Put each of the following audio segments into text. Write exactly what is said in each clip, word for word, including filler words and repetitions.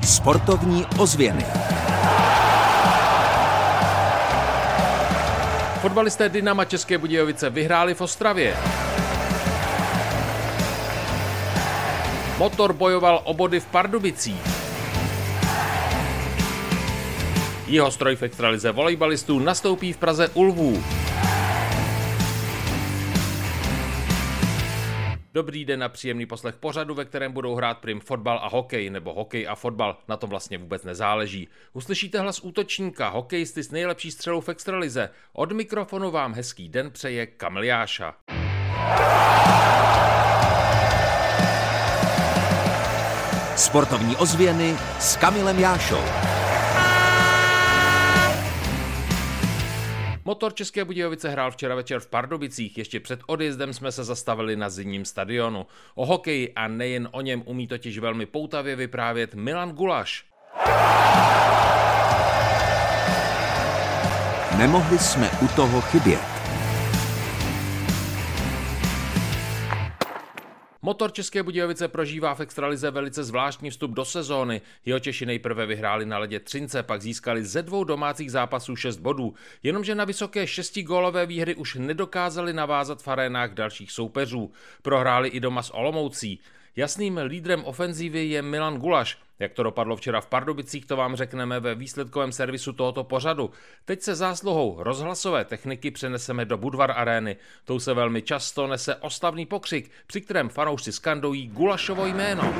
Sportovní ozvěny. Fotbalisté Dynama České Budějovice vyhráli v Ostravě. Motor bojoval o body v Pardubicích. Jihostroj v extralize volejbalistů nastoupí v Praze u Lvů. Dobrý den a příjemný poslech pořadu, ve kterém budou hrát prim fotbal a hokej, nebo hokej a fotbal, na tom vlastně vůbec nezáleží. Uslyšíte hlas útočníka, hokejisty s nejlepší střelou v extralize. Od mikrofonu vám hezký den přeje Kamil Jáša. Sportovní ozvěny s Kamilem Jášou. Motor České Budějovice hrál včera večer v Pardubicích, ještě před odjezdem jsme se zastavili na zimním stadionu. O hokeji a nejen o něm umí totiž velmi poutavě vyprávět Milan Gulaš. Nemohli jsme u toho chybět. Motor České Budějovice prožívá v extralize velice zvláštní vstup do sezóny. Jihočeši nejprve vyhráli na ledě Třince, pak získali ze dvou domácích zápasů šest bodů. Jenomže na vysoké šestigólové výhry už nedokázali navázat v arénách dalších soupeřů. Prohráli i doma s Olomoucí. Jasným lídrem ofenzívy je Milan Gulaš. Jak to dopadlo včera v Pardubicích, to vám řekneme ve výsledkovém servisu tohoto pořadu. Teď se zásluhou rozhlasové techniky přeneseme do Budvar arény. Tou se velmi často nese oslavný pokřik, při kterém fanoušci skandují Gulašovo jméno.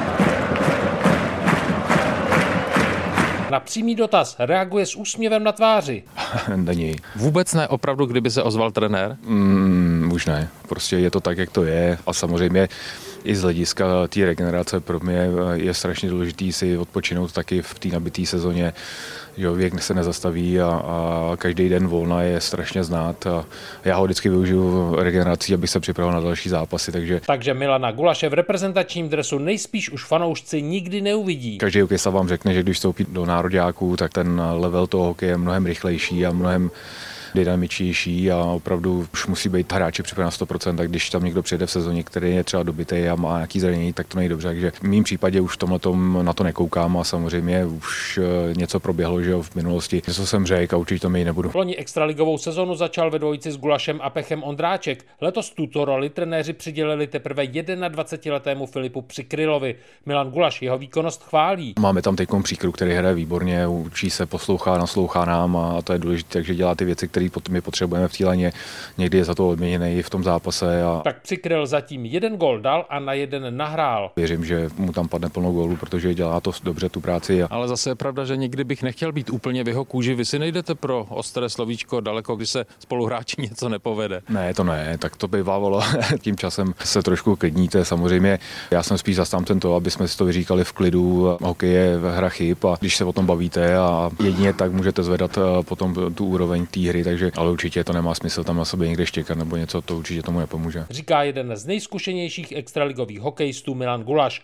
Na přímý dotaz reaguje s úsměvem na tváři. Není. Vůbec ne, opravdu, kdyby se ozval trenér? Mm, už ne. Prostě je to tak, jak to je. A samozřejmě i z hlediska té regenerace pro mě je strašně důležitý si odpočinout taky v té nabité sezóně. Že věk se nezastaví a, a každý den volna je strašně znát. A já ho vždycky využiju regenerací, abych se připravil na další zápasy. Takže, takže Milana Gulaše v reprezentačním dresu nejspíš už fanoušci nikdy neuvidí. Každý hokejista vám řekne, že když vstoupí do nároďáků, tak ten level toho hokeje je mnohem rychlejší a mnohem dynamičtější a opravdu už musí být hráči připraven na sto procent, tak když tam někdo přijde v sezóně, který je třeba dobitý a má nějaký zranění, tak to není dobře. Takže v mém případě už v tomhletom na to nekoukám a samozřejmě už něco proběhlo, že jo, v minulosti. Něco jsem řekl a určitě to mi nebudu. Loni extraligovou sezonu začal ve dvojici s Gulašem a Pechem Ondráček. Letos tuto roli trenéři přidělili teprve dvacetijednouletému Filipu Přikrylovi. Milan Gulaš jeho výkonnost chválí. Máme tam teď Příkru, který hraje výborně, učí se, poslouchá, naslouchá nám a to je důležité, takže dělá ty věci, který potom my potřebujeme v týleně. Někdy je za to odměněný v tom zápase. A tak Přikryl zatím jeden gól dal a na jeden nahrál. Věřím, že mu tam padne plnou gólu, protože dělá to dobře tu práci. Ale zase je pravda, že nikdy bych nechtěl být úplně v jeho kůži. Vy si nejdete pro ostré slovíčko daleko, když se spoluhráči něco nepovede. Ne, to ne, tak to bývalo. Tím časem se trošku klidníte. Samozřejmě já jsem spíš zastáncem toho, aby jsme si to vyříkali v klidu. Hokej je hra chyb a když se o tom bavíte a jedině tak můžete zvedat potom tu úroveň té hry, takže ale určitě to nemá smysl tam na sobě někde štěkat nebo něco, to určitě tomu nepomůže. Říká jeden z nejzkušenějších extraligových hokejistů Milan Gulaš.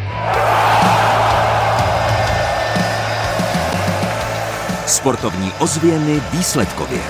Sportovní ozvěny výsledkově.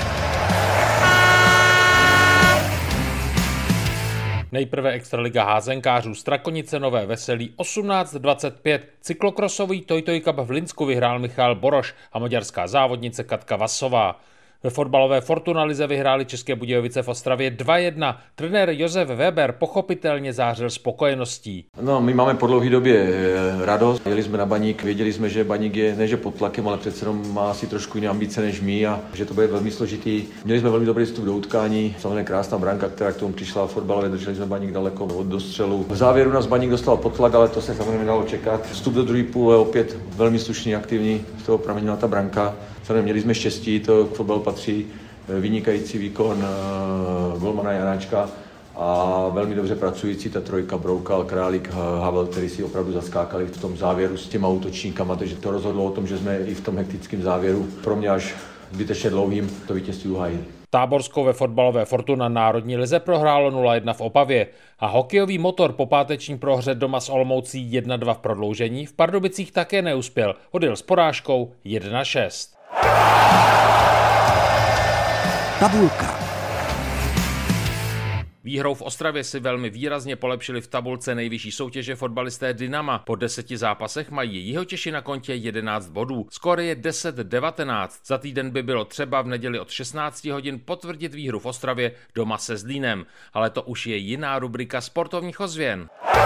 Nejprve extraliga házenkářů Strakonice Nové Veselí osmnáct dvacet pět. Cyklokrosový Toyota Cup v Linsku vyhrál Michal Boroš a maďarská závodnice Katka Vasová. Ve fotbalové Fortuna lize vyhráli České Budějovice v Ostravě dva jedna. Trenér Josef Weber pochopitelně zářil spokojeností. No, my máme po dlouhé době radost. Jeli jsme na Baník, věděli jsme, že Baník je ne že pod tlakem, ale přece jenom má asi trošku jiné ambice než my a že to bude velmi složitý. Měli jsme velmi dobrý vstup do utkání, samozřejmě krásná branka, která k tomu přišla fotbalově, drželi jsme Baník daleko od dostřelu. V závěru nás Baník dostal pod tlak, ale to se samozřejmě nedalo čekat. Vstup do druhé půle opět velmi slušný, aktivní, z toho pramenila ta branka. Měli jsme štěstí, to k fotbalu patří, vynikající výkon golmana Janáčka a velmi dobře pracující ta trojka Broukal, Králík, Havel, který si opravdu zaskákali v tom závěru s těma útočníkama, takže to rozhodlo o tom, že jsme i v tom hektickém závěru pro mě až zbytečně dlouhým to vítězství uhájili. Táborskou ve fotbalové Fortuna národní lize prohrálo nula jedna v Opavě a hokejový Motor po páteční prohře doma s Olomoucí jedna dva v prodloužení v Pardubicích také neuspěl, odjel s porážkou jedna šest. Tabulka. Výhrou v Ostravě si velmi výrazně polepšili v tabulce nejvyšší soutěže fotbalisté Dynama. Po deseti zápasech mají Jihotěši na kontě jedenáct bodů. Skóre je deset devatenáct. Za týden by bylo třeba v neděli od šestnácti hodin potvrdit výhru v Ostravě doma se Zlínem. Ale to už je jiná rubrika sportovních ozvěn.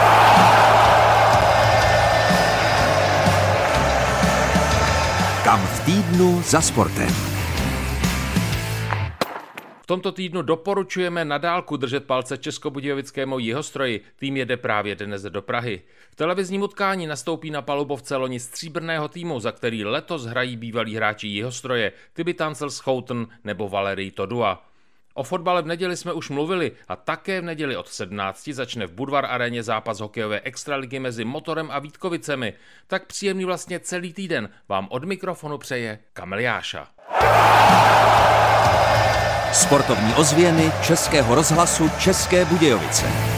Kam v týdnu za sportem. V tomto týdnu doporučujeme na dálku držet palce českobudějovickému Jihostroji. Tým jede právě dnes do Prahy. V televizním utkání nastoupí na palubovce loni stříbrného týmu, za který letos hrají bývalí hráči Jihostroje, Tibi Tancel Schouten nebo Valerij Todua. O fotbale v neděli jsme už mluvili a také v neděli od sedmnácti začne v Budvar aréně zápas hokejové extraligy mezi Motorem a Vítkovicemi. Tak příjemný vlastně celý týden vám od mikrofonu přeje Kamil Jáša. Sportovní ozvěny Českého rozhlasu České Budějovice.